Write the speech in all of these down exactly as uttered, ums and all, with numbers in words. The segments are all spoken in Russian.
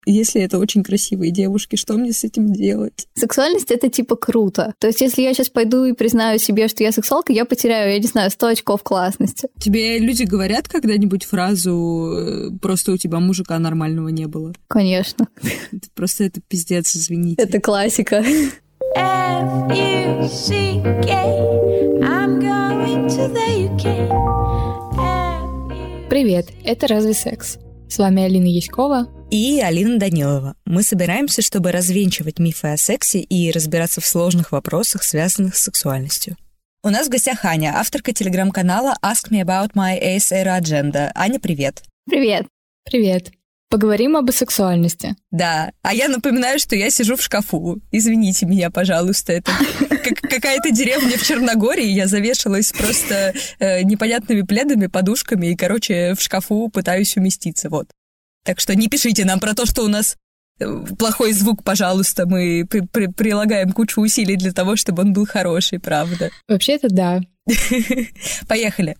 Если это очень красивые девушки, что мне с этим делать? Сексуальность — это типа круто. То есть если я сейчас пойду и признаю себе, что я сексуалка, я потеряю, я не знаю, сто очков классности. Тебе люди говорят когда-нибудь фразу «просто у тебя мужика нормального не было»? Конечно. Это просто это пиздец, извините. Это классика. Привет, это «Разве секс?». С вами Алина Яськова и Алина Данилова. Мы собираемся, чтобы развенчивать мифы о сексе и разбираться в сложных вопросах, связанных с сексуальностью. У нас в гостях Аня, авторка телеграм-канала Ask Me About My Ace Era Agenda. Аня, привет. Привет. Привет. Поговорим об сексуальности. Да, а я напоминаю, что я сижу в шкафу. Извините меня, пожалуйста, это какая-то деревня в Черногории, я завешалась просто э, непонятными пледами, подушками и, короче, в шкафу пытаюсь уместиться, вот. Так что не пишите нам про то, что у нас плохой звук, пожалуйста, мы при- при- прилагаем кучу усилий для того, чтобы он был хороший, правда. Вообще-то да. Поехали.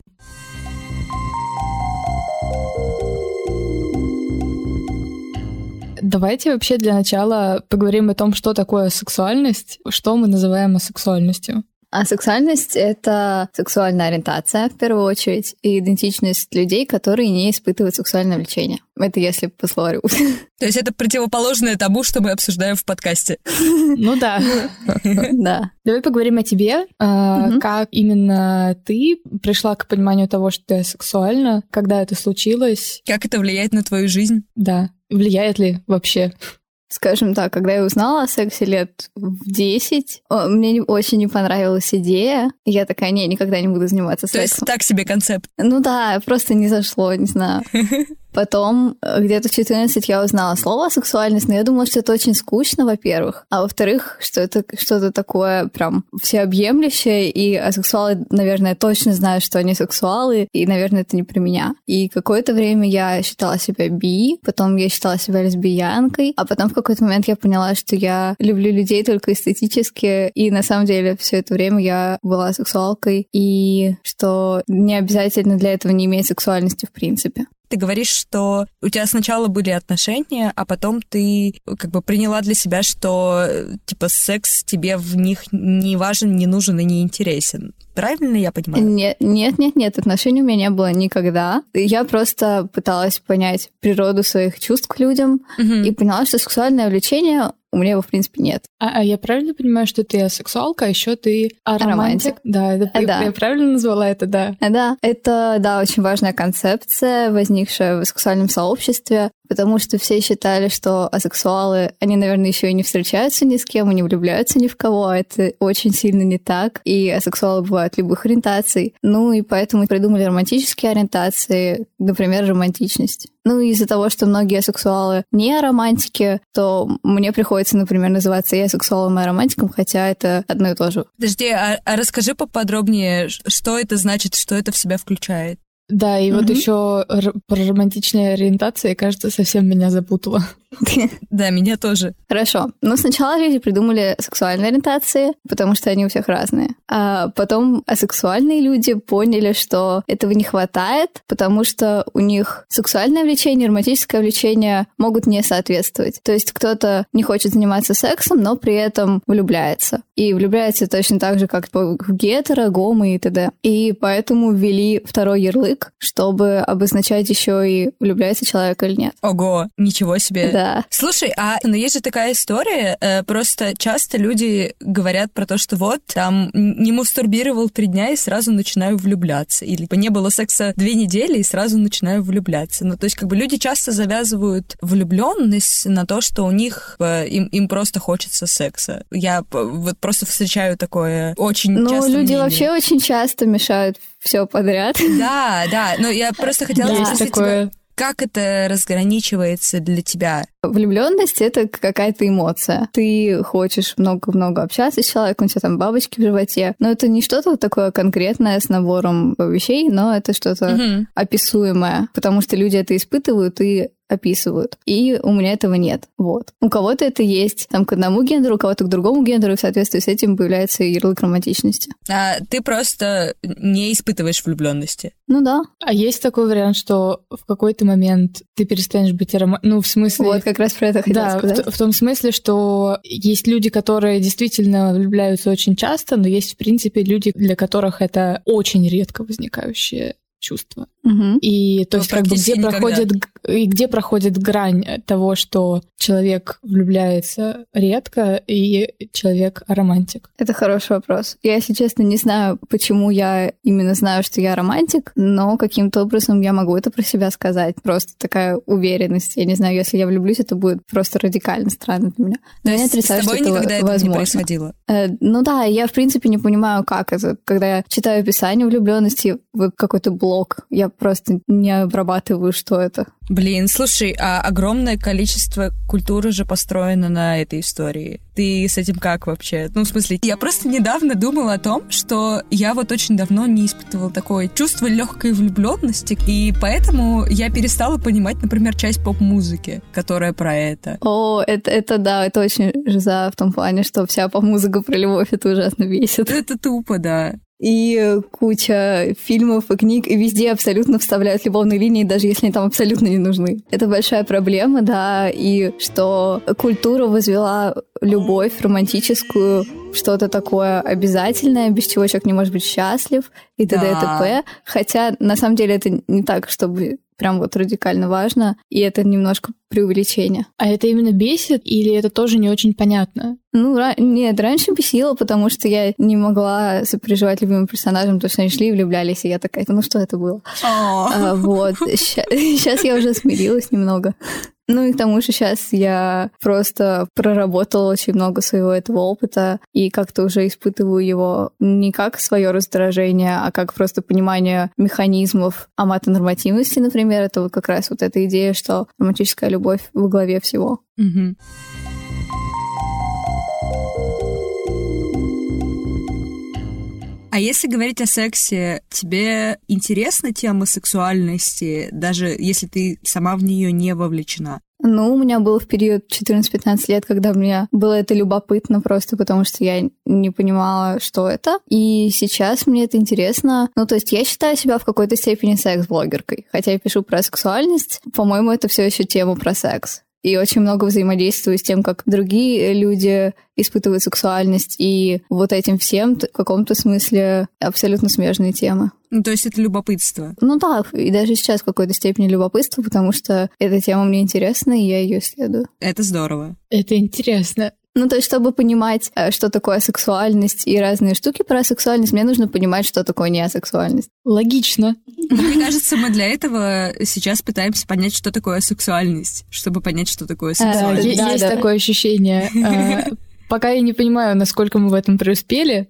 Давайте вообще для начала поговорим о том, что такое сексуальность, что мы называем сексуальностью. А сексуальность — это сексуальная ориентация, в первую очередь, и идентичность людей, которые не испытывают сексуальное влечение. Это если по словарю. То есть это противоположное тому, что мы обсуждаем в подкасте. Ну да. Да. Давай поговорим о тебе. Как именно ты пришла к пониманию того, что ты сексуальна, когда это случилось? Как это влияет на твою жизнь? Да. Влияет ли вообще? Скажем так, когда я узнала о сексе лет в десять, мне не, очень не понравилась идея. И я такая, не, никогда не буду заниматься То сексом. То есть так себе концепт? Ну да, просто не зашло, не знаю. Потом, где-то в четырнадцать я узнала слово «сексуальность», но я думала, что это очень скучно, во-первых. А во-вторых, что это что-то такое прям всеобъемлющее, и асексуалы, наверное, точно знают, что они сексуалы, и, наверное, это не про меня. И какое-то время я считала себя би, потом я считала себя лесбиянкой, а потом в какой-то момент я поняла, что я люблю людей только эстетически, и на самом деле все это время я была сексуалкой, и что не обязательно для этого не иметь сексуальности в принципе. Ты говоришь, что у тебя сначала были отношения, а потом ты как бы приняла для себя, что типа секс тебе в них не важен, не нужен и не интересен. Правильно я понимаю? Нет, нет, нет, нет, отношений у меня не было никогда. Я просто пыталась понять природу своих чувств к людям угу. и поняла, что сексуальное влечение у меня его, в принципе, нет. А, а я правильно понимаю, что ты асексуалка, а еще ты аромантик? Да, это, а, да, я правильно назвала это, да? А, да, это, да, очень важная концепция, возникшая в сексуальном сообществе, потому что все считали, что асексуалы, они, наверное, еще и не встречаются ни с кем, и не влюбляются ни в кого, а это очень сильно не так, и асексуалы бывают любых ориентаций. Ну и поэтому придумали романтические ориентации, например, романтичность. Ну и из-за того, что многие асексуалы не романтики, то мне приходится, например, называться я асексуалом и аромантиком, хотя это одно и то же. Подожди, а, а расскажи поподробнее, что это значит, что это в себя включает? Да, и mm-hmm. вот еще р- про романтичные ориентации, кажется, совсем меня запутала. Да, меня тоже. Хорошо. Ну, сначала люди придумали сексуальные ориентации, потому что они у всех разные. А потом асексуальные люди поняли, что этого не хватает, потому что у них сексуальное влечение и романтическое влечение могут не соответствовать. То есть кто-то не хочет заниматься сексом, но при этом влюбляется. И влюбляется точно так же, как в гетеро, гомо и т.д. И поэтому ввели второй ярлык, чтобы обозначать еще и влюбляется человек или нет. Ого, ничего себе. Да. Слушай, а ну, есть же такая история, э, просто часто люди говорят про то, что вот, там, не мастурбировал три дня и сразу начинаю влюбляться, или не было секса две недели и сразу начинаю влюбляться. Ну, то есть, как бы люди часто завязывают влюбленность на то, что у них, э, им, им просто хочется секса. Я вот просто встречаю такое очень ну, часто. Ну, люди мнение. вообще очень часто мешают все подряд. Да, да, но я просто хотела спросить тебя, как это разграничивается для тебя? Влюбленность — это какая-то эмоция. Ты хочешь много-много общаться с человеком, у тебя там бабочки в животе. Но это не что-то такое конкретное с набором вещей, но это что-то mm-hmm. описуемое, потому что люди это испытывают, и описывают. И у меня этого нет. Вот. У кого-то это есть там к одному гендеру, у кого-то к другому гендеру, и в соответствии с этим появляется ярлык романтичности. А ты просто не испытываешь влюбленности? Ну да. А есть такой вариант, что в какой-то момент ты перестанешь быть романтичным? Ну, в смысле... Вот, как раз про это хотела да, сказать. В, в том смысле, что есть люди, которые действительно влюбляются очень часто, но есть, в принципе, люди, для которых это очень редко возникающее чувство. Угу. И то Ну, есть как бы где проходит, и где проходит грань того, что человек влюбляется редко и человек романтик? Это хороший вопрос. Я, если честно, не знаю, почему я именно знаю, что я романтик, но каким-то образом я могу это про себя сказать. Просто такая уверенность. Я не знаю, если я влюблюсь, это будет просто радикально странно для меня. Но то я не отрицаю, с тобой что никогда это этого возможно. не происходило? Э, ну да, я, в принципе, не понимаю, как это. Когда я читаю описание влюбленности в какой-то блог, я просто не обрабатываю, что это. Блин, слушай, а огромное количество культуры же построено на этой истории. Ты с этим как вообще? Ну, в смысле, я просто недавно думала о том, что я вот очень давно не испытывала такое чувство легкой влюбленности, и поэтому я перестала понимать, например, часть поп-музыки, которая про это. О, это, это да, это очень жиза в том плане, что вся поп-музыка про любовь, это ужасно бесит. Это тупо, да. И куча фильмов и книг, и везде абсолютно вставляют любовные линии, даже если они там абсолютно не нужны. Это большая проблема, да, и что культура возвела любовь романтическую в что-то такое обязательное, без чего человек не может быть счастлив, и т.д. и т.п. Хотя, на самом деле, это не так, чтобы прям вот радикально важно, и это немножко преувеличение. А это именно бесит или это тоже не очень понятно? Ну, ра- нет, раньше бесило, потому что я не могла сопереживать любимым персонажам, потому что они шли и влюблялись, и я такая, ну что это было? А, вот, сейчас я уже смирилась немного. Ну и к тому же сейчас я просто проработала очень много своего этого опыта и как-то уже испытываю его не как свое раздражение, а как просто понимание механизмов аматонормативности, например. Это вот как раз вот эта идея, что романтическая любовь во главе всего. Угу. А если говорить о сексе, тебе интересна тема сексуальности, даже если ты сама в нее не вовлечена? Ну, у меня было в период четырнадцать-пятнадцать лет, когда мне было это любопытно просто потому, что я не понимала, что это. И сейчас мне это интересно. Ну, то есть я считаю себя в какой-то степени секс-блогеркой. Хотя я пишу про сексуальность, по-моему, это все еще тема про секс. И очень много взаимодействую с тем, как другие люди испытывают сексуальность, и вот этим всем в каком-то смысле абсолютно смежные темы. Ну, то есть это любопытство. Ну да, и даже сейчас в какой-то степени любопытство, потому что эта тема мне интересна, и я ее исследую. Это здорово. Это интересно. Ну, то есть, чтобы понимать, что такое сексуальность и разные штуки про сексуальность, мне нужно понимать, что такое неасексуальность. Логично. Мне кажется, мы для этого сейчас пытаемся понять, что такое сексуальность, чтобы понять, что такое сексуальность. Да, есть такое ощущение. Пока я не понимаю, насколько мы в этом преуспели.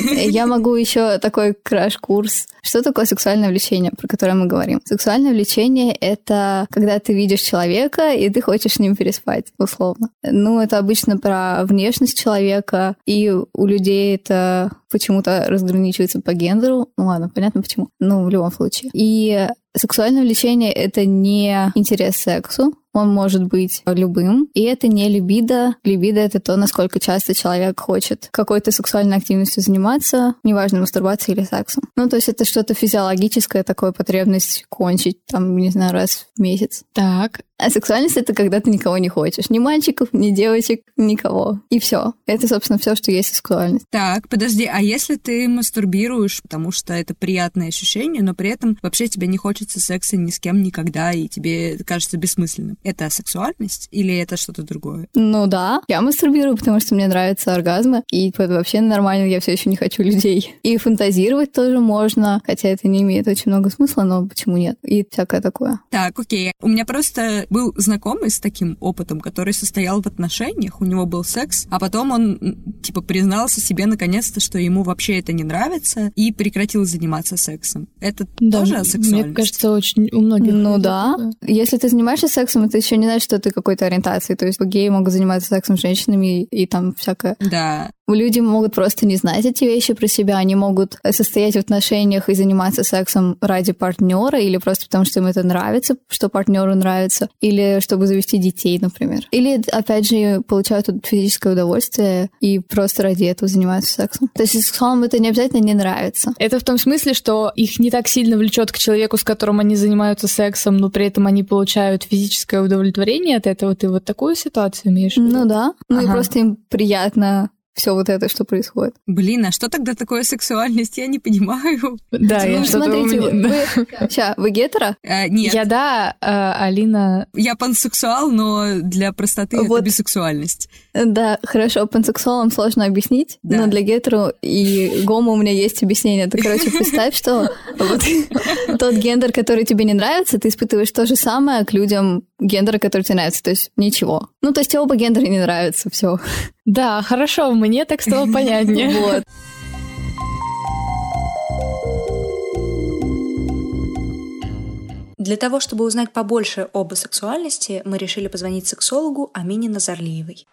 Я могу еще такой краш-курс. Что такое сексуальное влечение, про которое мы говорим? Сексуальное влечение — это когда ты видишь человека, и ты хочешь с ним переспать, условно. Ну, это обычно про внешность человека, и у людей это почему-то разграничивается по гендеру. Ну ладно, понятно почему. Ну, в любом случае. И сексуальное влечение — это не интерес к сексу, он может быть любым, и это не либидо. Либидо — это то, насколько часто человек хочет какой-то сексуальной активностью заниматься, неважно, мастурбацией или сексом. Ну, то есть это что-то физиологическое, такое потребность кончить, там, не знаю, раз в месяц. Так. А сексуальность — это когда ты никого не хочешь. Ни мальчиков, ни девочек, никого. И все. Это, собственно, все, что есть сексуальность. Так, подожди, а если ты мастурбируешь, потому что это приятное ощущение, но при этом вообще тебе не хочется секса ни с кем никогда, и тебе это кажется бессмысленным, это сексуальность или это что-то другое? Ну да, я мастурбирую, потому что мне нравятся оргазмы, и это вообще нормально, я все еще не хочу людей. И фантазировать тоже можно, хотя это не имеет очень много смысла, но почему нет? И всякое такое. Так, окей. У меня просто был знакомый с таким опытом, который состоял в отношениях, у него был секс, а потом он, типа, признался себе наконец-то, что ему вообще это не нравится, и прекратил заниматься сексом. Это да, тоже асексуальность? Мне кажется, очень у многих. Ну да. Такое. Если ты занимаешься сексом, это еще не значит, что ты какой-то ориентации. То есть геи могут заниматься сексом с женщинами и, и там всякое. Да. Люди могут просто не знать эти вещи про себя, они могут состоять в отношениях и заниматься сексом ради партнера или просто потому, что им это нравится, что партнеру нравится, или чтобы завести детей, например. Или, опять же, получают физическое удовольствие и просто ради этого занимаются сексом. То есть сексуалам это не обязательно не нравится. Это в том смысле, что их не так сильно влечет к человеку, с которым они занимаются сексом, но при этом они получают физическое удовлетворение от этого. Ты вот такую ситуацию имеешь в виду? Ну да. Ну Ага. и просто им приятно все вот это, что происходит. Блин, а что тогда такое сексуальность? Я не понимаю. Да, я Ну, что-то у смотрите, меня- вы... Ща, вы гетеро? А, нет, Я да, а Алина... я пансексуал, но для простоты Вот. это бисексуальность. Да, хорошо, пансексуалам сложно объяснить, Да. но для гетеро и гомо у меня есть объяснение. Ты, короче, представь, что вот тот гендер, который тебе не нравится, ты испытываешь то же самое к людям гендера, который тебе нравится. То есть ничего. Ну, то есть тебе оба гендера не нравятся, все. Да, хорошо, мне так стало понятнее. Вот. Для того, чтобы узнать побольше об асексуальности, мы решили позвонить сексологу Амине Назарлиевой.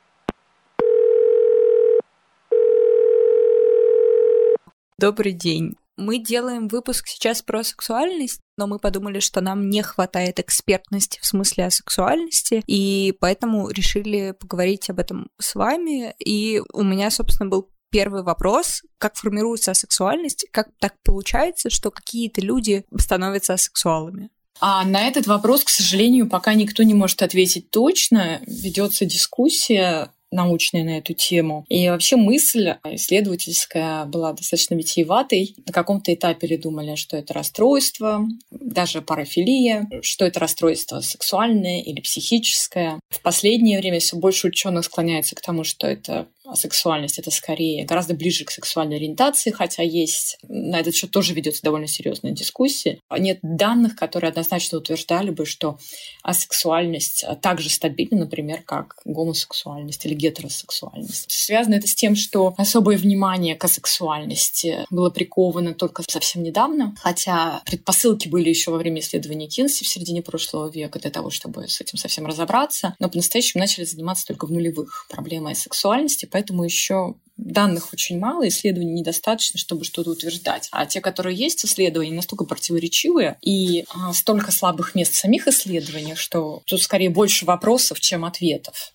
Добрый день. Мы делаем выпуск сейчас про сексуальность, но мы подумали, что нам не хватает экспертности в смысле асексуальности, и поэтому решили поговорить об этом с вами. И у меня, собственно, был первый вопрос: как формируется асексуальность, как так получается, что какие-то люди становятся асексуалами? А на этот вопрос, к сожалению, пока никто не может ответить точно. Ведется дискуссия научная на эту тему. И вообще мысль исследовательская была достаточно витиеватой. На каком-то этапе думали, что это расстройство, даже парафилия, что это расстройство сексуальное или психическое. В последнее время все больше ученых склоняются к тому, что это асексуальность, это скорее гораздо ближе к сексуальной ориентации, хотя есть на этот счет тоже ведется довольно серьезная дискуссия. Нет данных, которые однозначно утверждали бы, что асексуальность так же стабильна, например, как гомосексуальность или гетеросексуальность. Связано это с тем, что особое внимание к асексуальности было приковано только совсем недавно, хотя предпосылки были еще во время исследований Кинси в середине прошлого века для того, чтобы с этим совсем разобраться, но по-настоящему начали заниматься только в нулевых проблемой асексуальности, поэтому еще данных очень мало, исследований недостаточно, чтобы что-то утверждать. А те, которые есть исследования, настолько противоречивые и а, столько слабых мест в самих исследованиях, что тут скорее больше вопросов, чем ответов.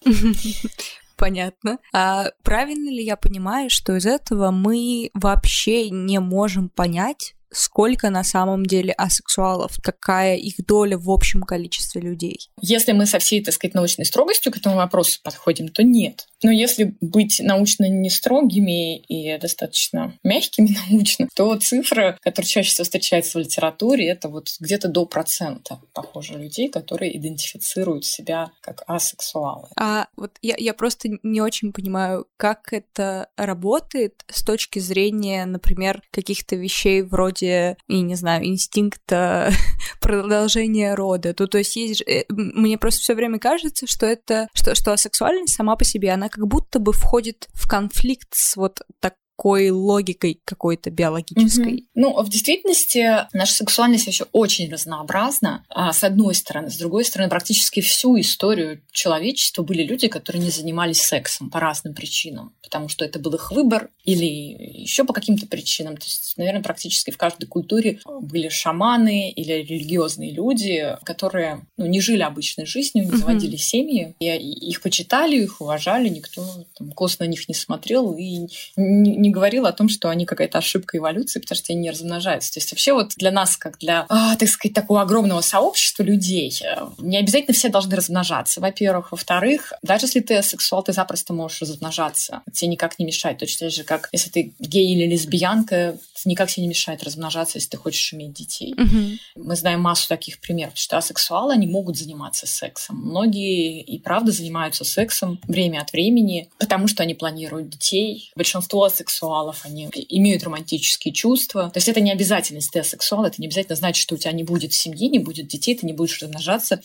Понятно. А правильно ли я понимаю, что из этого мы вообще не можем понять, сколько на самом деле асексуалов, какая их доля в общем количестве людей? Если мы со всей, так сказать, научной строгостью к этому вопросу подходим, то нет. Но если быть научно не строгими и достаточно мягкими научно, то цифра, которая чаще всего встречается в литературе, это вот где-то до процента, похоже, людей, которые идентифицируют себя как асексуалы. А вот я, я просто не очень понимаю, как это работает с точки зрения, например, каких-то вещей вроде, я не знаю, инстинкта продолжения рода. То, то есть есть, мне просто все время кажется, что это, что, что асексуальность сама по себе, она как будто бы входит в конфликт с вот так такой логикой какой-то биологической. Mm-hmm. Ну, в действительности наша сексуальность еще очень разнообразна, с одной стороны. С другой стороны, практически всю историю человечества были люди, которые не занимались сексом по разным причинам, потому что это был их выбор или еще по каким-то причинам. То есть, наверное, практически в каждой культуре были шаманы или религиозные люди, которые ну, не жили обычной жизнью, не заводили mm-hmm. семьи, и их почитали, их уважали, никто там, косо на них не смотрел и не не говорил о том, что они какая-то ошибка эволюции, потому что они не размножаются. То есть вообще вот для нас, как для, а, так сказать, такого огромного сообщества людей, не обязательно все должны размножаться, во-первых. Во-вторых, даже если ты асексуал, ты запросто можешь размножаться. Тебе никак не мешает. Точно так же, как если ты гей или лесбиянка, никак тебе не мешает размножаться, если ты хочешь иметь детей. Mm-hmm. Мы знаем массу таких примеров, что асексуалы, они могут заниматься сексом. Многие и правда занимаются сексом время от времени, потому что они планируют детей. Большинство асексуалов сексуалов, они имеют романтические чувства. То есть это не обязательно, если ты асексуал, это не обязательно значит, что у тебя не будет семьи, не будет детей, ты не будешь размножаться.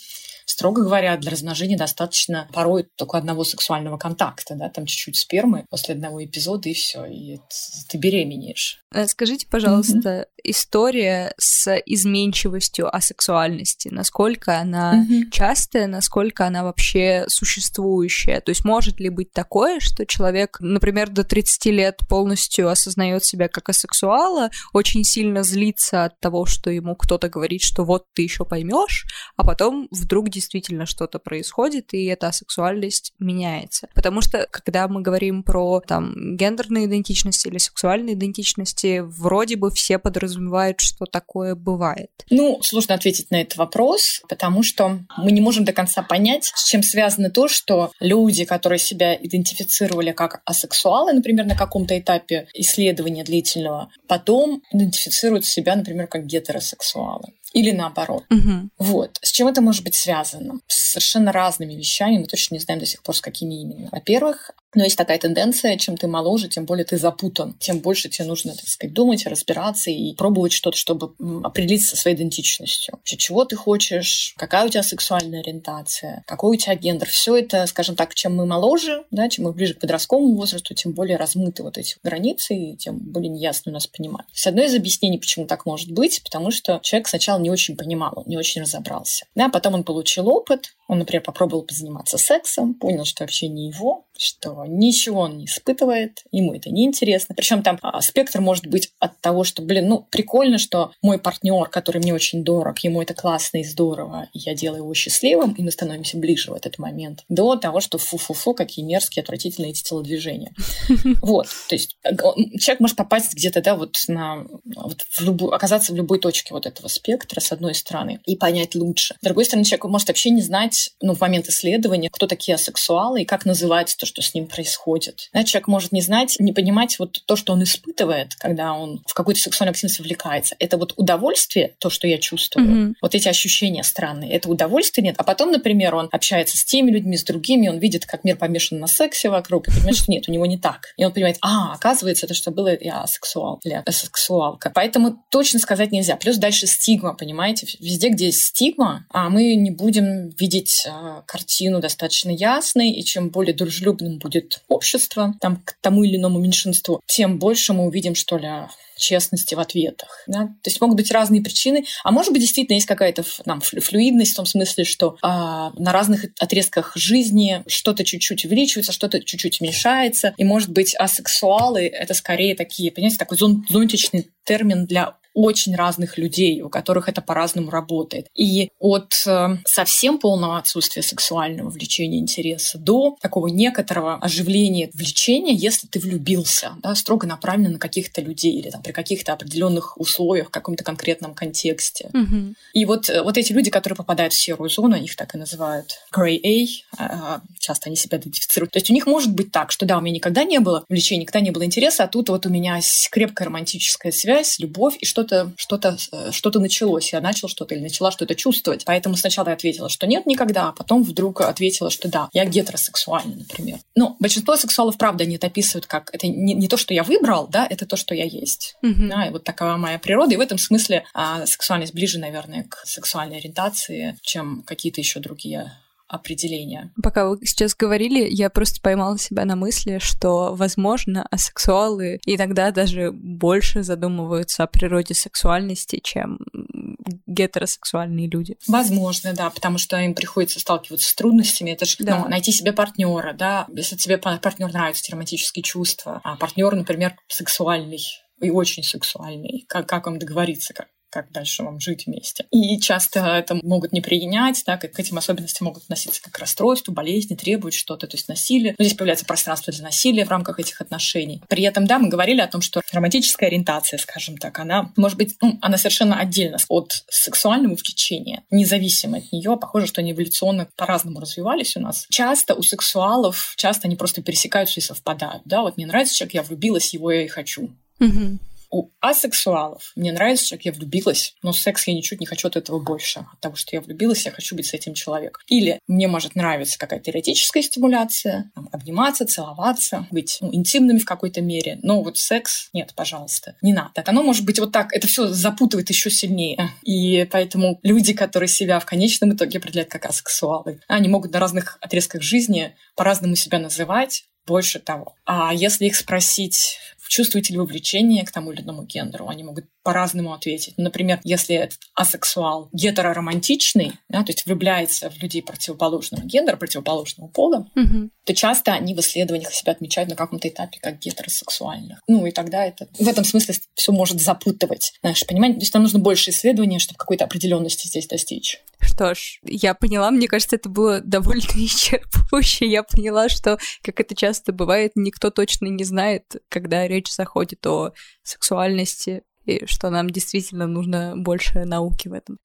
Строго говоря, для размножения достаточно порой только одного сексуального контакта, да, там чуть-чуть спермы после одного эпизода, и все, и ты беременеешь. Скажите, пожалуйста, mm-hmm. история с изменчивостью асексуальности, насколько она mm-hmm. частая, насколько она вообще существующая? То есть может ли быть такое, что человек, например, до тридцати лет полностью осознает себя как асексуала, очень сильно злится от того, что ему кто-то говорит, что вот ты еще поймешь, а потом вдруг действительно что-то происходит, и эта асексуальность меняется? Потому что, когда мы говорим про там гендерные идентичности или сексуальные идентичности, вроде бы все подразумевают, что такое бывает. Ну, сложно ответить на этот вопрос, потому что мы не можем до конца понять, с чем связано то, что люди, которые себя идентифицировали как асексуалы, например, на каком-то этапе исследования длительного, потом идентифицируют себя, например, как гетеросексуалы. Или наоборот. Угу. Вот. С чем это может быть связано? С совершенно разными вещами. Мы точно не знаем до сих пор, с какими именно. Во-первых, но есть такая тенденция, чем ты моложе, тем более ты запутан, тем больше тебе нужно, так сказать, думать, разбираться и пробовать что-то, чтобы определиться со своей идентичностью. Вообще, чего ты хочешь, какая у тебя сексуальная ориентация, какой у тебя гендер. Все это, скажем так, чем мы моложе, да, чем мы ближе к подростковому возрасту, тем более размыты вот эти границы, и тем более неясно у нас понимать. С одной из объяснений, почему так может быть, потому что человек сначала не очень понимал, он не очень разобрался. Да, потом он получил опыт, он, например, попробовал позаниматься сексом, понял, что вообще не его, что ничего он не испытывает, ему это неинтересно. Причем там а, спектр может быть от того, что, блин, ну, прикольно, что мой партнер, который мне очень дорог, ему это классно и здорово, и я делаю его счастливым, и мы становимся ближе в этот момент, до того, что фу-фу-фу, какие мерзкие, отвратительные эти телодвижения. Вот, то есть человек может попасть где-то, да, вот на, вот в любую, оказаться в любой точке вот этого спектра, с одной стороны, и понять лучше. С другой стороны, человек может вообще не знать, ну, в момент исследования, кто такие асексуалы и как называть то, что с ним происходит. Да, человек может не знать, не понимать вот то, что он испытывает, когда он в какую-то сексуальную активность вовлекается. Это вот удовольствие, то, что я чувствую, mm-hmm. вот эти ощущения странные, это удовольствие нет. А потом, например, он общается с теми людьми, с другими, он видит, как мир помешан на сексе вокруг, и понимает, что нет, у него не так. И он понимает, а, оказывается, это что было я асексуал или асексуалка. Поэтому точно сказать нельзя. Плюс дальше стигма, понимаете? Везде, где есть стигма, а мы не будем видеть а, картину достаточно ясной, и чем более дружелюбным будет общество там, к тому или иному меньшинству, тем больше мы увидим, что ли, честности в ответах. Да? То есть могут быть разные причины, а может быть, действительно есть какая-то там, флюидность в том смысле, что а, на разных отрезках жизни что-то чуть-чуть увеличивается, что-то чуть-чуть уменьшается, и, может быть, асексуалы — это скорее такие, понимаете, такой зон- зонтичный термин для очень разных людей, у которых это по-разному работает. И от э, совсем полного отсутствия сексуального влечения, интереса до такого некоторого оживления влечения, если ты влюбился, да, строго направленно на каких-то людей или там, при каких-то определенных условиях, в каком-то конкретном контексте. Mm-hmm. И вот, вот эти люди, которые попадают в серую зону, их так и называют grey A, э, часто они себя идентифицируют. То есть у них может быть так, что да, у меня никогда не было влечения, никогда не было интереса, а тут вот у меня крепкая романтическая связь, любовь, и что Что-то, что-то, что-то началось. Я начал что-то или начала что-то чувствовать. Поэтому сначала я ответила, что нет никогда, а потом вдруг ответила, что да, я гетеросексуальна, например. Но большинство сексуалов, правда, они это описывают как это не, не то, что я выбрал, да, это то, что я есть. Mm-hmm. Да, и вот такова моя природа. И в этом смысле а, сексуальность ближе, наверное, к сексуальной ориентации, чем какие-то еще другие определения. Пока вы сейчас говорили, я просто поймала себя на мысли, что, возможно, асексуалы иногда даже больше задумываются о природе сексуальности, чем гетеросексуальные люди. Возможно, да, потому что им приходится сталкиваться с трудностями. Это же да. ну, найти себе партнера, да. Если тебе партнер нравится, эти романтические чувства, а партнер, например, сексуальный и очень сексуальный, как, как вам договориться, как как дальше вам жить вместе. И часто это могут не принять, да, к этим особенностям могут относиться как к расстройству, болезни, требуют что-то, то есть насилие. Но здесь появляется пространство для насилия в рамках этих отношений. При этом, да, мы говорили о том, что романтическая ориентация, скажем так, она может быть, ну, она совершенно отдельно от сексуального влечения, независимо от нее. Похоже, что они эволюционно по-разному развивались у нас. Часто у сексуалов, часто они просто пересекаются и совпадают. Да, вот мне нравится человек, я влюбилась, его я и хочу. Угу. У асексуалов мне нравится человек, я влюбилась, но секс я ничуть не хочу от этого больше. От того, что я влюбилась, я хочу быть с этим человеком. Или мне может нравиться какая-то эротическая стимуляция, там, обниматься, целоваться, быть ну, интимными в какой-то мере. Но вот секс, нет, пожалуйста, не надо. Так, оно может быть вот так, это все запутывает еще сильнее. И поэтому люди, которые себя в конечном итоге определяют как асексуалы, они могут на разных отрезках жизни по-разному себя называть. Больше того. А если их спросить, чувствуете ли вы влечение к тому или иному гендеру, они могут по-разному ответить. Например, если этот асексуал гетероромантичный, да, то есть влюбляется в людей противоположного гендера, противоположного пола, угу. то часто они в исследованиях себя отмечают на каком-то этапе как гетеросексуальных. Ну и тогда это в этом смысле все может запутывать. Знаешь, понимаете? То есть нам нужно больше исследований, чтобы какой-то определенности здесь достичь. Что ж, я поняла, мне кажется, это было довольно исчерпывающе. Я поняла, что, как это часто бывает, никто точно не знает, когда речь заходит о сексуальности, и что нам действительно нужно больше науки в этом.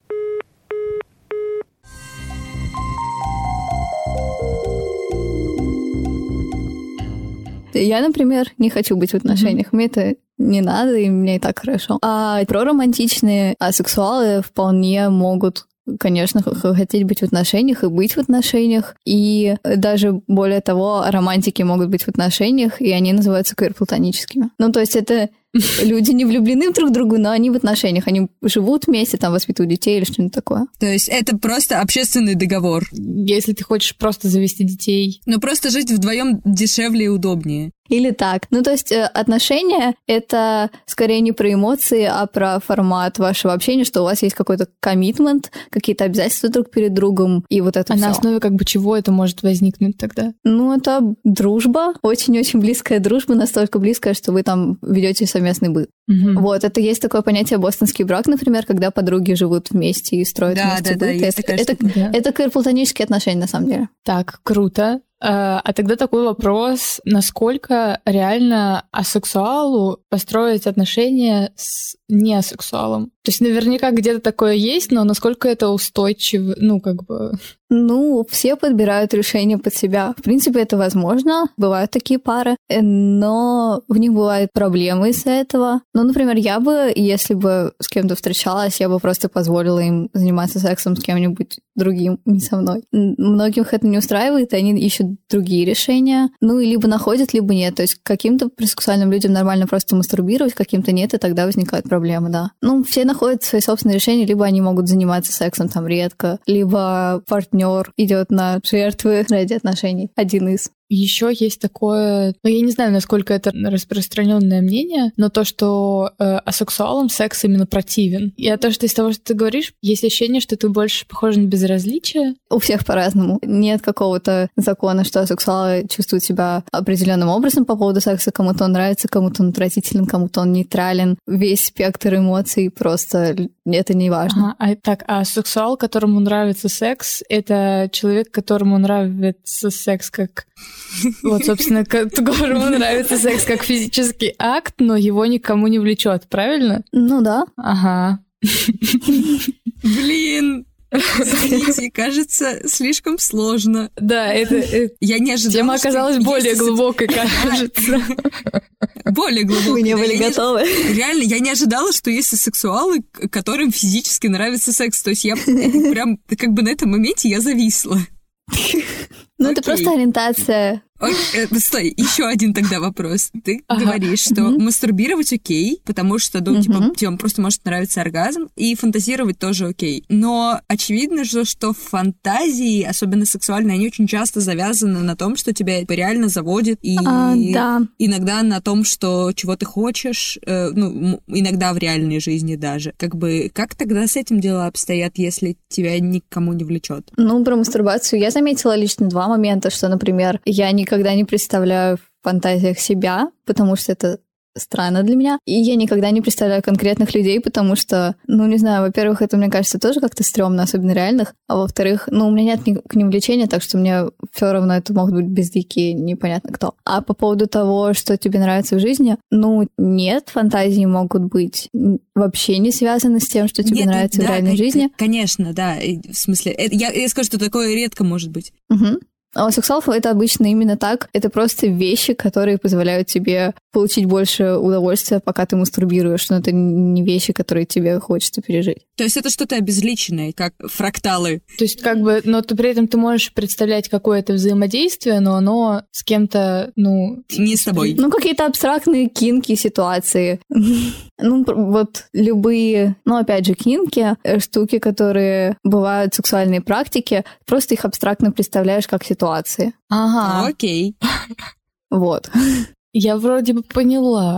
Я, например, не хочу быть в отношениях. Mm-hmm. Мне это не надо, и мне и так хорошо. А проромантичные асексуалы вполне могут, конечно, хотеть быть в отношениях и быть в отношениях. И даже более того, романтики могут быть в отношениях, и они называются квир-платоническими. Ну, то есть это люди не влюблены друг в друга, но они в отношениях. Они живут вместе, там, воспитывают детей или что-нибудь такое. То есть это просто общественный договор. Если ты хочешь просто завести детей. Но просто жить вдвоем дешевле и удобнее. Или так. Ну, то есть отношения — это скорее не про эмоции, а про формат вашего общения, что у вас есть какой-то коммитмент, какие-то обязательства друг перед другом, и вот это А всё. на основе как бы чего это может возникнуть тогда? Ну, это дружба, очень-очень близкая дружба, настолько близкая, что вы там ведете совместный быт. Угу. Вот, это есть такое понятие бостонский брак, например, когда подруги живут вместе и строят да, вместе да, быт. да, это, есть такая это, штука, это, это квир-платонические отношения, на самом деле. Так, круто. А тогда такой вопрос, насколько реально асексуалу построить отношения с неасексуалом? То есть наверняка где-то такое есть, но насколько это устойчиво, ну, как бы... Ну, все подбирают решения под себя. В принципе, это возможно. Бывают такие пары, но в них бывают проблемы из-за этого. Ну, например, я бы, если бы с кем-то встречалась, я бы просто позволила им заниматься сексом с кем-нибудь другим, не со мной. Многих это не устраивает, и они ищут другие решения. Ну, и либо находят, либо нет. То есть каким-то пресексуальным людям нормально просто мастурбировать, каким-то нет, и тогда возникают проблемы, да. Ну, все находят свои собственные решения, либо они могут заниматься сексом там редко, либо партнер идет на жертвы ради отношений. Один из. Еще есть такое, ну, я не знаю, насколько это распространенное мнение, но то, что э, асексуалам секс именно противен. И то, что из того, что ты говоришь, есть ощущение, что ты больше похожа на безразличие. У всех по-разному. Нет какого-то закона, что асексуалы чувствуют себя определенным образом по поводу секса. Кому-то он нравится, кому-то он отвратителен, кому-то он нейтрален. Весь спектр эмоций просто это не важно. Ага, а, так, а асексуал, которому нравится секс, это человек, которому нравится секс как... Вот, собственно, которому нравится секс как физический акт, но его никому не влечет, правильно? Ну да. Ага. Блин, извините, кажется, слишком сложно. Да, это... Я не ожидала, тема оказалась более глубокой, кажется. Более глубокой. Вы не были готовы. Реально, я не ожидала, что есть асексуалы, которым физически нравится секс. То есть я прям, как бы на этом моменте я зависла. Ну, это просто ориентация. Стой, еще один тогда вопрос. Ты ага. говоришь, что mm-hmm. мастурбировать окей, потому что, ну, mm-hmm. типа, тебе просто может нравиться оргазм, и фантазировать тоже окей. Но очевидно же, что фантазии, особенно сексуальные, они очень часто завязаны на том, что тебя реально заводит, и а, да. иногда на том, что чего ты хочешь, э, ну, иногда в реальной жизни даже. Как бы, как тогда с этим дела обстоят, если тебя никому не влечет? Ну, про мастурбацию я заметила лично два момента, что, например, я никогда не представляю в фантазиях себя, потому что это странно для меня. И я никогда не представляю конкретных людей, потому что, ну, не знаю, во-первых, это, мне кажется, тоже как-то стрёмно, особенно реальных, а во-вторых, ну, у меня нет ни- к ним влечения, так что мне все равно это могут быть бездикие, непонятно кто. А по поводу того, что тебе нравится в жизни, ну, нет, фантазии могут быть вообще не связаны с тем, что тебе нет, нравится да, в реальной к- жизни. Конечно, да, в смысле, это, я, я скажу, что такое редко может быть. Угу. А у сексуалов это обычно именно так. Это просто вещи, которые позволяют тебе получить больше удовольствия, пока ты мастурбируешь. Но это не вещи, которые тебе хочется пережить. То есть это что-то обезличенное, как фракталы. То есть как бы, но ты при этом ты можешь представлять какое-то взаимодействие, но оно с кем-то, ну... Не с тобой. Ну, какие-то абстрактные кинки ситуации. Ну, вот любые, ну, опять же, кинки, штуки, которые бывают, сексуальные практики, просто их абстрактно представляешь как ситуации. Ага. Окей. Вот. Я вроде бы поняла.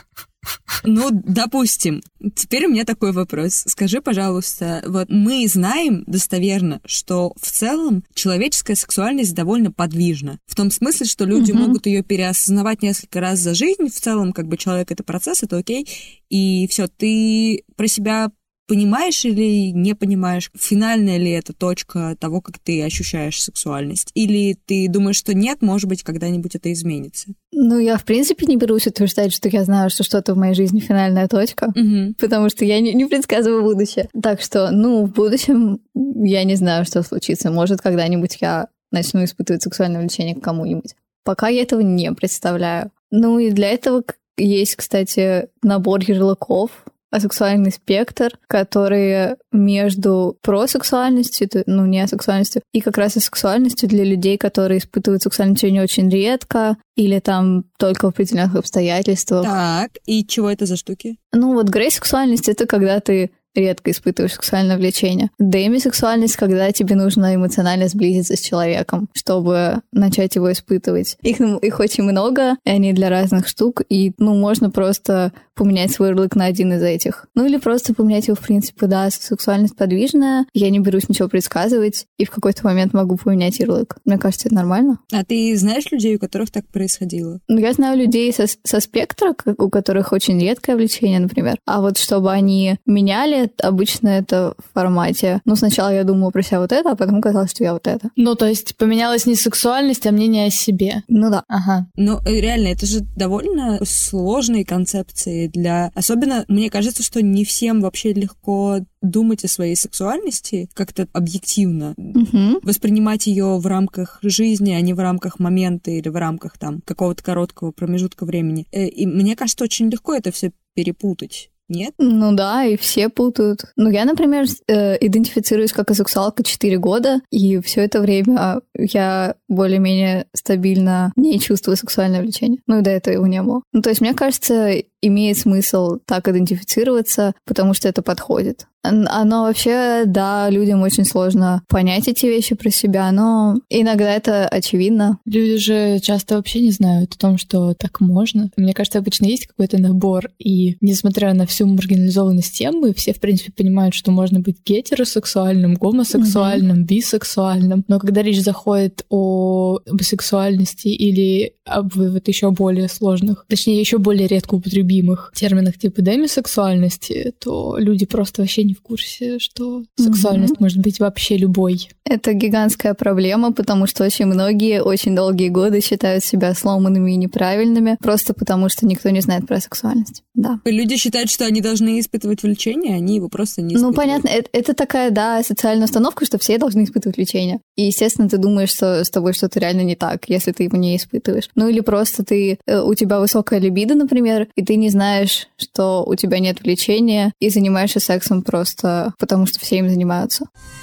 Ну, допустим. Теперь у меня такой вопрос. Скажи, пожалуйста, вот мы знаем достоверно, что в целом человеческая сексуальность довольно подвижна. В том смысле, что люди угу. могут ее переосознавать несколько раз за жизнь. В целом, как бы человек — это процесс, это окей. И все, ты про себя понимаешь или не понимаешь, финальная ли это точка того, как ты ощущаешь сексуальность? Или ты думаешь, что нет, может быть, когда-нибудь это изменится? Ну, я, в принципе, не берусь утверждать, что я знаю, что что-то в моей жизни финальная точка, угу. потому что я не, не предсказываю будущее. Так что, ну, в будущем я не знаю, что случится. Может, когда-нибудь я начну испытывать сексуальное влечение к кому-нибудь. Пока я этого не представляю. Ну, и для этого есть, кстати, набор ярлыков, асексуальный спектр, который между просексуальностью, ну, не асексуальностью, и как раз асексуальностью для людей, которые испытывают сексуальное влечение очень редко или там только в определенных обстоятельствах. Так, и чего это за штуки? Ну, вот грей-сексуальность — это когда ты редко испытываешь сексуальное влечение. Демисексуальность, когда тебе нужно эмоционально сблизиться с человеком, чтобы начать его испытывать. Их, их очень много, и они для разных штук, и, ну, можно просто поменять свой ярлык на один из этих. Ну, или просто поменять его, в принципе, да, сексуальность подвижная, я не берусь ничего предсказывать, и в какой-то момент могу поменять ярлык. Мне кажется, это нормально. А ты знаешь людей, у которых так происходило? Ну, я знаю людей со, со спектра, у которых очень редкое влечение, например, а вот чтобы они меняли, обычно это в формате. Ну, сначала я думала про себя вот это, а потом казалось, что я вот это. Ну, то есть поменялась не сексуальность, а мнение о себе. Ну да. Ага. Ну, реально, это же довольно сложные концепции для... Особенно, мне кажется, что не всем вообще легко думать о своей сексуальности как-то объективно. Угу. Воспринимать ее в рамках жизни, а не в рамках момента или в рамках там какого-то короткого промежутка времени. И мне кажется, очень легко это все перепутать. Нет? Ну да, и все путают. Ну, я, например, э, идентифицируюсь как асексуалка четыре года, и все это время я более-менее стабильно не чувствую сексуальное влечение. Ну, и до этого его не было. Ну, то есть, мне кажется, имеет смысл так идентифицироваться, потому что это подходит. Оно вообще, да, людям очень сложно понять эти вещи про себя, но иногда это очевидно. Люди же часто вообще не знают о том, что так можно. Мне кажется, обычно есть какой-то набор, и несмотря на всю маргинализованность темы, все, в принципе, понимают, что можно быть гетеросексуальным, гомосексуальным, mm-hmm. бисексуальным. Но когда речь заходит о бисексуальности или об вот еще более сложных, точнее, еще более редко употребимых терминах типа демисексуальности, то люди просто вообще не в курсе, что сексуальность mm-hmm. может быть вообще любой. Это гигантская проблема, потому что очень многие очень долгие годы считают себя сломанными и неправильными, просто потому что никто не знает про сексуальность. Да. Люди считают, что они должны испытывать влечение, они его просто не испытывают. Ну, понятно, это, это такая, да, социальная установка, что все должны испытывать влечение. И, естественно, ты думаешь, что с тобой что-то реально не так, если ты его не испытываешь. Ну, или просто ты, у тебя высокая либидо, например, и ты не знаешь, что у тебя нет влечения, и занимаешься сексом просто потому, что все им занимаются.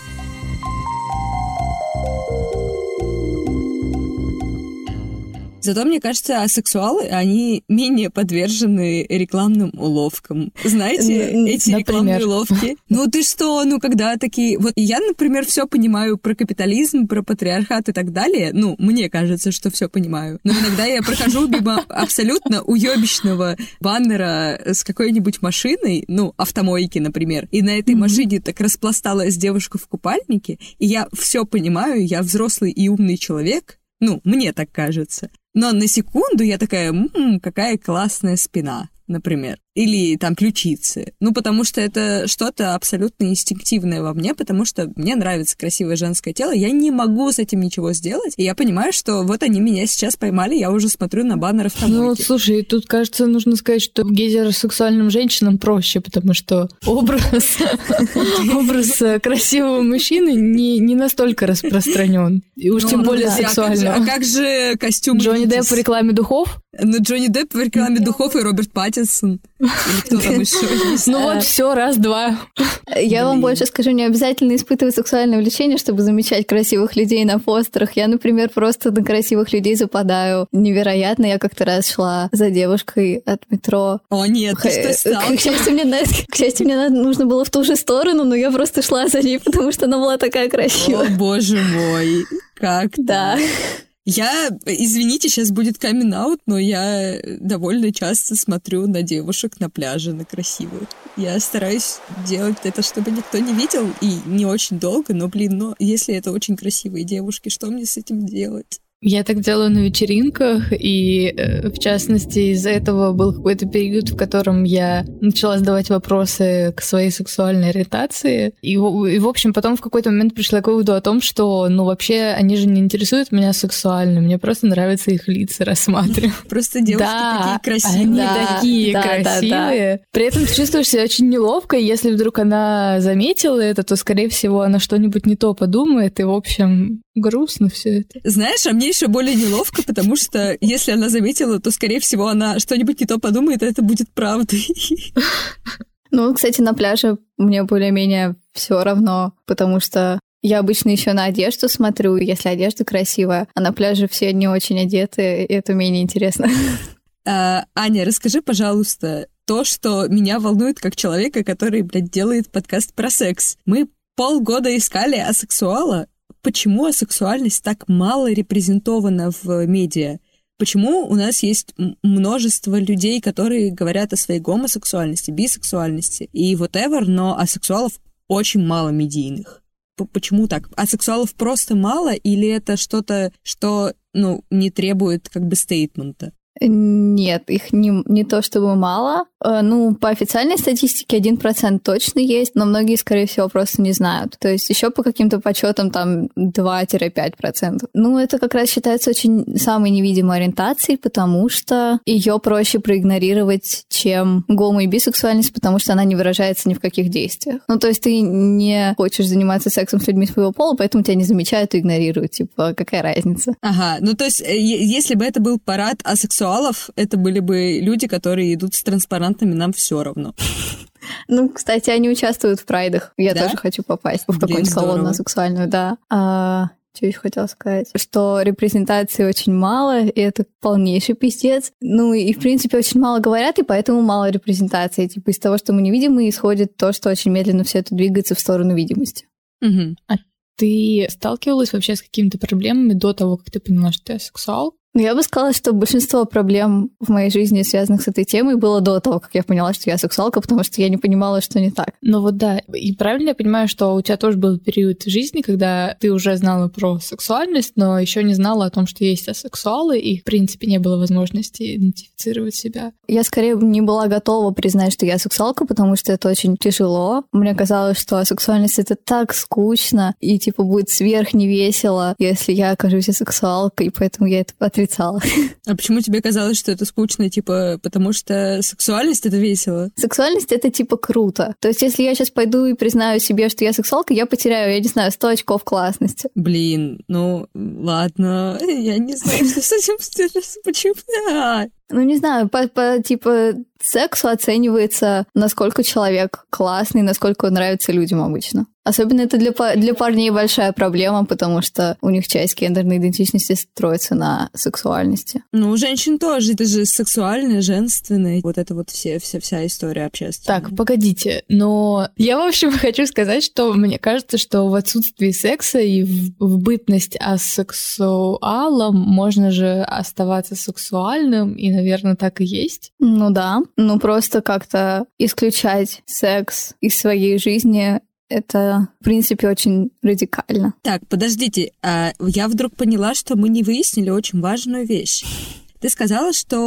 Зато, мне кажется, асексуалы, они менее подвержены рекламным уловкам. Знаете, эти например? Рекламные уловки? Ну ты что, ну когда такие... Вот я, например, все понимаю про капитализм, про патриархат и так далее. Ну, мне кажется, что все понимаю. Но иногда я прохожу мимо абсолютно уебищного баннера с какой-нибудь машиной, ну, автомойки, например, и на этой mm-hmm. машине так распласталась девушка в купальнике, и я все понимаю, я взрослый и умный человек, ну, мне так кажется. Но на секунду я такая, м-м, какая классная спина, например. или там ключицы. Ну, потому что это что-то абсолютно инстинктивное во мне, потому что мне нравится красивое женское тело, я не могу с этим ничего сделать, и я понимаю, что вот они меня сейчас поймали, я уже смотрю на баннер автомойки. Ну, слушай, тут, кажется, нужно сказать, что гетеросексуальным женщинам проще, потому что образ, образ красивого мужчины не, не настолько распространен, и уж ну, тем более да, сексуального. А как же, а как же костюм? Джонни Депп в рекламе духов? Ну, Джонни Депп в рекламе духов и Роберт Паттинсон. Или кто там еще есть? Ну вот все, раз-два. Я вам больше скажу, не обязательно испытывать сексуальное влечение, чтобы замечать красивых людей на постерах. Я, например, просто на красивых людей западаю невероятно. Я как-то раз шла за девушкой от метро. О нет, ты что стал? К счастью, мне, к счастью, мне нужно было в ту же сторону, но я просто шла за ней, потому что она была такая красивая. О, боже мой, как да. Я, извините, сейчас будет камин-аут, но я довольно часто смотрю на девушек на пляже, на красивых. Я стараюсь делать это, чтобы никто не видел, и не очень долго, но, блин, но если это очень красивые девушки, что мне с этим делать? Я так делаю на вечеринках, и, в частности, из-за этого был какой-то период, в котором я начала задавать вопросы к своей сексуальной ориентации. И, и, в общем, потом в какой-то момент пришла к выводу о том, что, ну, вообще, они же не интересуют меня сексуально, мне просто нравится их лица рассматривать. Просто девушки такие красивые. Они такие красивые. При этом ты чувствуешь себя очень неловко, и если вдруг она заметила это, то, скорее всего, она что-нибудь не то подумает, и, в общем, грустно все это. Знаешь, а мне еще более неловко, потому что если она заметила, то, скорее всего, она что-нибудь не то подумает, а это будет правдой. Ну, кстати, на пляже мне более-менее все равно, потому что я обычно еще на одежду смотрю, если одежда красивая, а на пляже все не очень одеты, и это менее интересно. А, Аня, расскажи, пожалуйста, то, что меня волнует как человека, который, блядь, делает подкаст про секс. Мы полгода искали асексуала. Почему асексуальность так мало репрезентована в медиа? Почему у нас есть множество людей, которые говорят о своей гомосексуальности, бисексуальности и whatever, но асексуалов очень мало медийных? Почему так? Асексуалов просто мало или это что-то, что, ну, не требует как бы стейтмента? Нет, их не, не то чтобы мало. Ну, по официальной статистике один процент точно есть, но многие, скорее всего, просто не знают. То есть еще по каким-то подсчетам там два-пять процентов. Ну, это как раз считается очень самой невидимой ориентацией, потому что ее проще проигнорировать, чем гомо- и бисексуальность, потому что она не выражается ни в каких действиях. Ну, то есть ты не хочешь заниматься сексом с людьми своего пола, поэтому тебя не замечают и игнорируют. Типа, какая разница? Ага, ну то есть если бы это был парад асексуалов, это были бы люди, которые идут с транспарантами «нам все равно». Ну, кстати, они участвуют в прайдах. Я да? тоже хочу попасть в какую-нибудь колонну сексуальную, да. А, что еще хотела сказать? Что репрезентации очень мало, и это полнейший пиздец. Ну, и, в принципе, очень мало говорят, и поэтому мало репрезентации. Типа из того, что мы не видим, и исходит то, что очень медленно все это двигается в сторону видимости. Угу. А ты сталкивалась вообще с какими-то проблемами до того, как ты поняла, что ты асексуал? Ну, я бы сказала, что большинство проблем в моей жизни, связанных с этой темой, было до того, как я поняла, что я сексуалка, потому что я не понимала, что не так. Ну вот да, и правильно я понимаю, что у тебя тоже был период в жизни, когда ты уже знала про сексуальность, но еще не знала о том, что есть асексуалы, и, в принципе, не было возможности идентифицировать себя. Я скорее не была готова признать, что я сексуалка, потому что это очень тяжело. Мне казалось, что асексуальность — это так скучно, и, типа, будет сверхневесело, если я окажусь асексуалкой, и поэтому я это отрицала. А почему тебе казалось, что это скучно? Типа, потому что сексуальность — это весело? Сексуальность — это, типа, круто. То есть, если я сейчас пойду и признаю себе, что я сексуалка, я потеряю, я не знаю, сто очков классности. Блин, ну, ладно. Я не знаю, что с этим сделать. Почему? Ну, не знаю, по, по типа сексу оценивается, насколько человек классный, насколько он нравится людям обычно. Особенно это для, для парней большая проблема, потому что у них часть гендерной идентичности строится на сексуальности. Ну, у женщин тоже. Это же сексуальное, женственное. Вот это вот все, вся, вся история общественная. Так, погодите. Но я, в общем, хочу сказать, что мне кажется, что в отсутствии секса и в, в бытность асексуалом можно же оставаться сексуальным, и, наверное, так и есть. Ну да. Ну просто как-то исключать секс из своей жизни — это, в принципе, очень радикально. Так, подождите. А я вдруг поняла, что мы не выяснили очень важную вещь. Ты сказала, что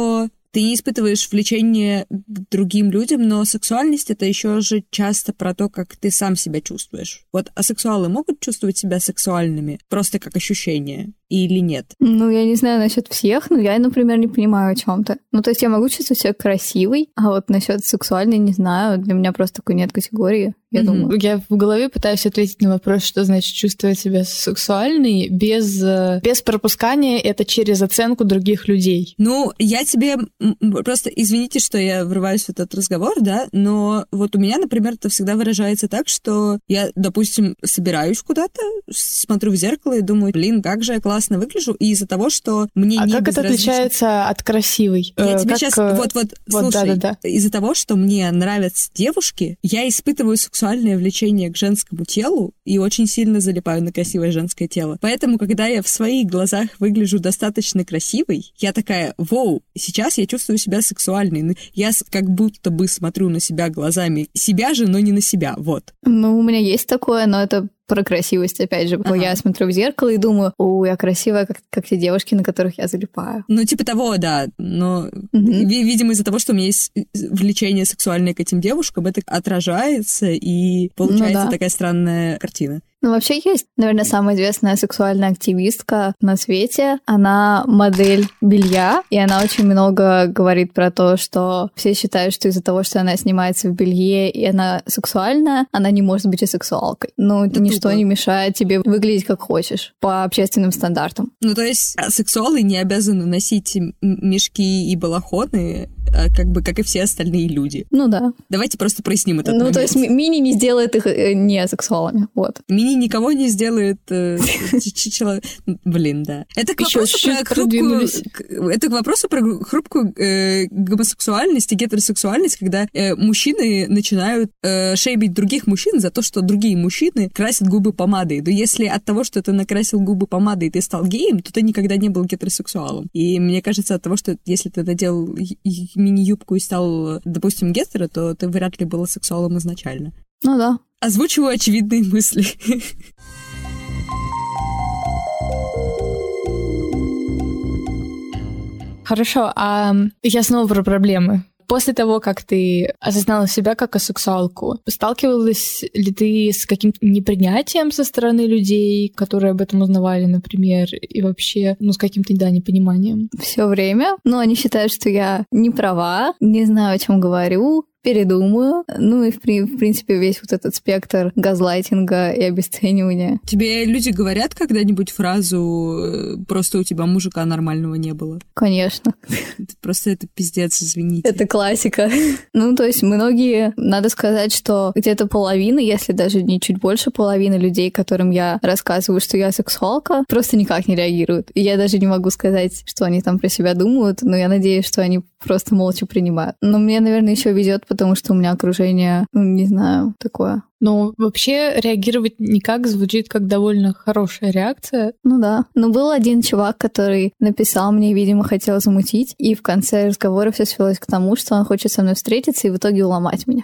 ты не испытываешь влечение к другим людям, но сексуальность — это еще же часто про то, как ты сам себя чувствуешь. Вот асексуалы могут чувствовать себя сексуальными просто как ощущение или нет? Ну, я не знаю насчет всех, но я, например, не понимаю о чем то. Ну, то есть я могу чувствовать себя красивой, а вот насчет сексуальной не знаю. Для меня просто такой нет категории, я mm-hmm. думаю. Я в голове пытаюсь ответить на вопрос, что значит чувствовать себя сексуальной без, без пропускания это через оценку других людей. Ну, я тебе... Просто извините, что я врываюсь в этот разговор, да, но вот у меня, например, это всегда выражается так, что я, допустим, собираюсь куда-то, смотрю в зеркало и думаю, блин, как же я классно выгляжу, и из-за того, что мне а не как это отличается от красивой? Я э, тебе как... сейчас... Вот-вот, вот, слушай, да, да, да. из-за того, что мне нравятся девушки, я испытываю сексуальное влечение к женскому телу и очень сильно залипаю на красивое женское тело. Поэтому, когда я в своих глазах выгляжу достаточно красивой, я такая, воу, сейчас я чувствую себя сексуальной. Я как будто бы смотрю на себя глазами себя же, но не на себя, вот. Ну, у меня есть такое, но это про красивость, опять же. Ага. Я смотрю в зеркало и думаю, о, я красивая, как, как те девушки, на которых я залипаю. Ну, типа того, да. Но, mm-hmm. видимо, из-за того, что у меня есть влечение сексуальное к этим девушкам, это отражается, и получается ну, да. такая странная картина. Ну, вообще есть, наверное, самая известная сексуальная активистка на свете. Она модель белья, и она очень много говорит про то, что все считают, что из-за того, что она снимается в белье, и она сексуальная, она не может быть и сексуалкой. Ну, это ничто тупо. Не мешает тебе выглядеть как хочешь, по общественным стандартам. Ну, то есть сексуалы не обязаны носить мешки и балахоны, как бы, как и все остальные люди. Ну, да. Давайте просто проясним этот ну, момент. Ну, то есть мини не сделает их не сексуалами, вот. Мини никого не сделает человек. Блин, да. Это к вопросу про хрупкую... Это к вопросу про хрупкую гомосексуальность и гетеросексуальность, когда мужчины начинают шеймить других мужчин за то, что другие мужчины красят губы помадой. Но если от того, что ты накрасил губы помадой, ты стал геем, то ты никогда не был гетеросексуалом. И мне кажется, от того, что если ты надел мини-юбку и стал, допустим, гетеро, то ты вряд ли был сексуалом изначально. Ну да. Озвучиваю очевидные мысли. Хорошо, а я снова про проблемы. После того, как ты осознала себя как асексуалку, сталкивалась ли ты с каким-то непринятием со стороны людей, которые об этом узнавали, например, и вообще, ну, с каким-то, да, непониманием? Все время. Но они считают, что я не права, не знаю, о чем говорю, передумаю. Ну и, в, в принципе, весь вот этот спектр газлайтинга и обесценивания. Тебе люди говорят когда-нибудь фразу «просто у тебя мужика нормального не было»? Конечно. Просто это пиздец, извините. Это классика. Ну, то есть многие, надо сказать, что где-то половина, если даже не чуть больше половины людей, которым я рассказываю, что я сексуалка, просто никак не реагируют. И я даже не могу сказать, что они там про себя думают, но я надеюсь, что они просто молча принимают. Но мне, наверное, еще везет, потому что у меня окружение, ну, не знаю, такое. Ну, вообще реагировать никак звучит как довольно хорошая реакция. Ну да. Но был один чувак, который написал мне, видимо, хотел замутить, и в конце разговора все свелось к тому, что он хочет со мной встретиться и в итоге уломать меня.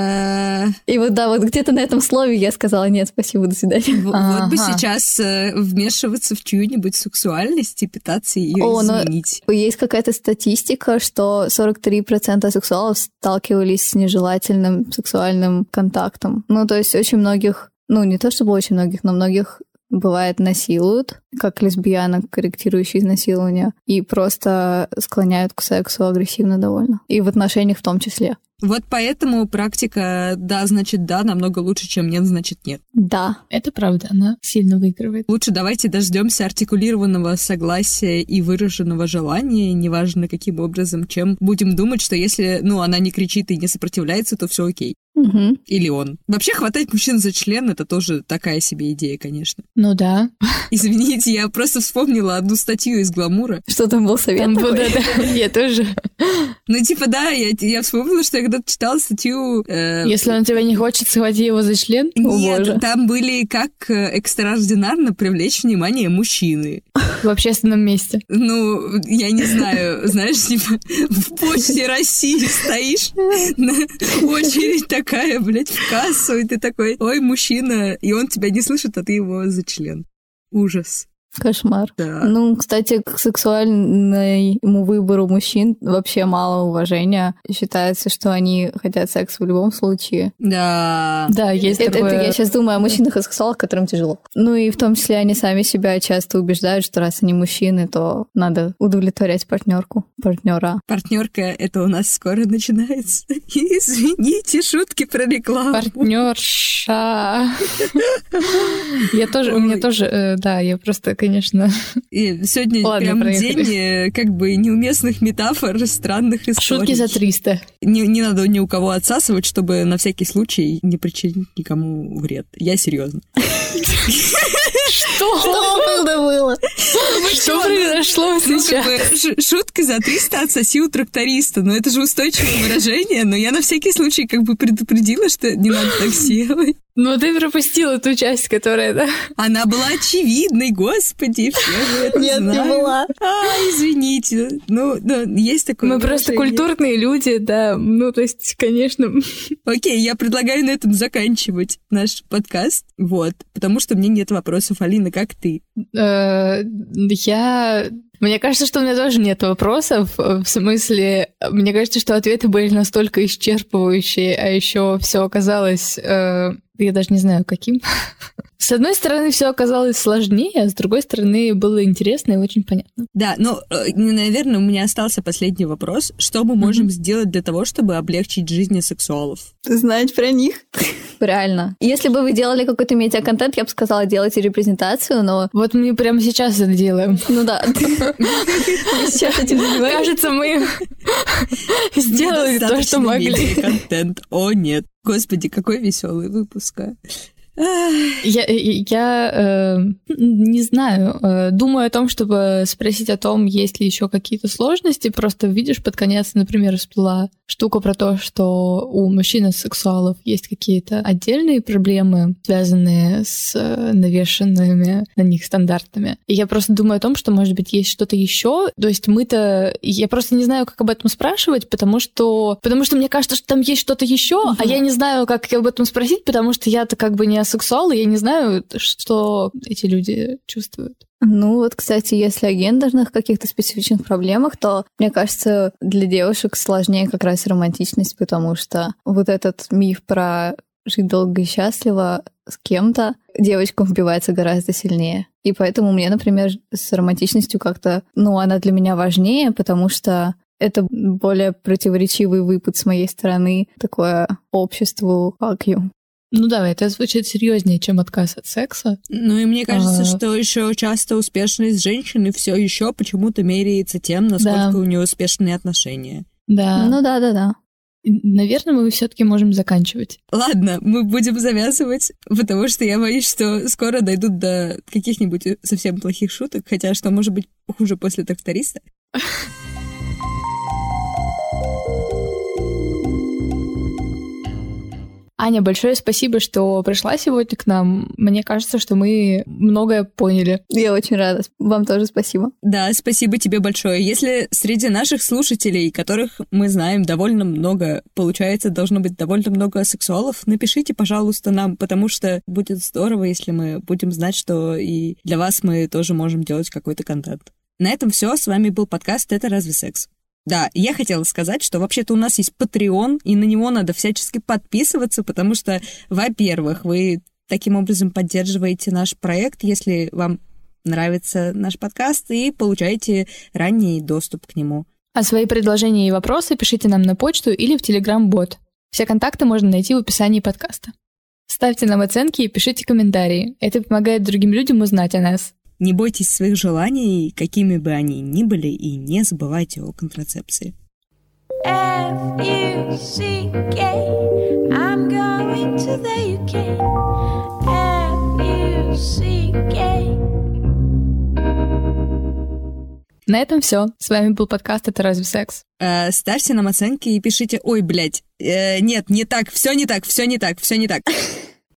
И вот да, вот где-то на этом слове я сказала: нет, спасибо, до свидания. Вот бы сейчас вмешиваться в чью-нибудь сексуальность и пытаться ее изменить. Есть какая-то статистика, что сорок три процента сексуалов сталкивались с нежелательным сексуальным контактом. Ну, то есть очень многих, ну, не то чтобы очень многих, но многих, бывает, насилуют, как лесбиянок, корректирующие изнасилования, и просто склоняют к сексу агрессивно довольно. И в отношениях в том числе. Вот поэтому практика «да, значит да» намного лучше, чем «нет, значит нет». Да. Это правда, она сильно выигрывает. Лучше давайте дождемся артикулированного согласия и выраженного желания, неважно каким образом, чем будем думать, что если, ну, она не кричит и не сопротивляется, то все окей. Угу. Или он. Вообще, хватать мужчин за член — это тоже такая себе идея, конечно. Ну да. Извините, я просто вспомнила одну статью из «Гламура». Что там был совет там такой? Да, да, я тоже. Ну, типа, да, я, я вспомнила, что я когда-то читала статью... Э... Если он тебя не хочет, схвати его за член? Нет, О, там были как экстраординарно привлечь внимание мужчины. В общественном месте. Ну, я не знаю, знаешь, типа, в почте России стоишь, на очередь такая, блядь, в кассу, и ты такой: ой, мужчина, и он тебя не слышит, а ты его за член. Ужас. Кошмар. Да. Ну, кстати, к сексуальному выбору мужчин вообще мало уважения. Считается, что они хотят секса в любом случае. Да. Да, есть Это, такое... это я сейчас думаю о мужчинах и сексуалах, которым тяжело. Ну и в том числе они сами себя часто убеждают, что раз они мужчины, то надо удовлетворять партнерку, партнера. Партнерка, это у нас скоро начинается. Извините, шутки про рекламу. Партнерша. Я тоже, у меня тоже, да, я просто, конечно... И сегодня Ладно, прям проехали. день как бы неуместных метафор, странных историй. Шутки за триста. Не, не надо ни у кого отсасывать, чтобы на всякий случай не причинить никому вред. Я серьезно. Что? Что было? Что произошло сейчас? Шутка за триста отсоси у тракториста. Но это же устойчивое выражение. Но я на всякий случай как бы предупредила, что не надо так делать. Ну, ты пропустила ту часть, которая, да? Она была очевидной, господи, все же это Нет, знают. не была. А, извините. Ну, да, есть такое Мы просто выражение. культурные люди, да. Ну, то есть, конечно... Окей, я предлагаю на этом заканчивать наш подкаст. Вот, потому что мне нет вопросов. Алина, как ты? Э, Я... Мне кажется, что у меня тоже нет вопросов. В смысле, мне кажется, что ответы были настолько исчерпывающие, а еще все оказалось... э, Я даже не знаю, каким. С одной стороны, все оказалось сложнее, а с другой стороны, было интересно и очень понятно. Да, ну, э, наверное, у меня остался последний вопрос. Что мы можем Мгм. сделать для того, чтобы облегчить жизни сексуалов? Знать про них. Реально. Если бы вы делали какой-то медиаконтент, я бы сказала, делайте репрезентацию, но... Вот мы прямо сейчас это делаем. Ну да. Сейчас этим занимаемся. Кажется, мы сделали то, что Недостаточно могли. медиаконтент. О, нет. Господи, какой веселый выпуск. а. Я, я э, не знаю. Э, думаю о том, чтобы спросить о том, есть ли еще какие-то сложности. Просто видишь, под конец, например, всплыла штука про то, что у мужчин и сексуалов есть какие-то отдельные проблемы, связанные с э, навешенными на них стандартами. И я просто думаю о том, что, может быть, есть что-то еще. То есть мы-то... Я просто не знаю, как об этом спрашивать, потому что... Потому что мне кажется, что там есть что-то еще, Мгм. а я не знаю, как об этом спросить, потому что я-то как бы не сексуал, и я не знаю, что эти люди чувствуют. Ну вот, кстати, если о гендерных каких-то специфичных проблемах, то, мне кажется, для девушек сложнее как раз романтичность, потому что вот этот миф про жить долго и счастливо с кем-то девочкам вбивается гораздо сильнее. И поэтому мне, например, с романтичностью как-то, ну, она для меня важнее, потому что это более противоречивый выпад с моей стороны, такое обществу fuck you. Ну да, это звучит серьезнее, чем отказ от секса. Ну и мне кажется, А. что еще часто успешность женщины все еще почему-то меряется тем, насколько Да. у нее успешные отношения. Да. Ну да-да-да. Наверное, мы все-таки можем заканчивать. Ладно, мы будем завязывать, потому что я боюсь, что скоро дойдут до каких-нибудь совсем плохих шуток, хотя что может быть хуже после тракториста. Аня, большое спасибо, что пришла сегодня к нам. Мне кажется, что мы многое поняли. Я очень рада. Вам тоже спасибо. Да, спасибо тебе большое. Если среди наших слушателей, которых мы знаем довольно много, получается, должно быть довольно много сексуалов, напишите, пожалуйста, нам, потому что будет здорово, если мы будем знать, что и для вас мы тоже можем делать какой-то контент. На этом все. С вами был подкаст «Это разве секс?». Да, я хотела сказать, что вообще-то у нас есть Patreon, и на него надо всячески подписываться, потому что, во-первых, вы таким образом поддерживаете наш проект, если вам нравится наш подкаст, и получаете ранний доступ к нему. А свои предложения и вопросы пишите нам на почту или в Telegram-бот. Все контакты можно найти в описании подкаста. Ставьте нам оценки и пишите комментарии. Это помогает другим людям узнать о нас. Не бойтесь своих желаний, какими бы они ни были, и не забывайте о контрацепции. F U C K, I'm going to the U K. F U C K. На этом все. С вами был подкаст «Это разве секс?». Э, ставьте нам оценки и пишите: «Ой, блядь, э, нет, не так, все не так, все не так, все не так».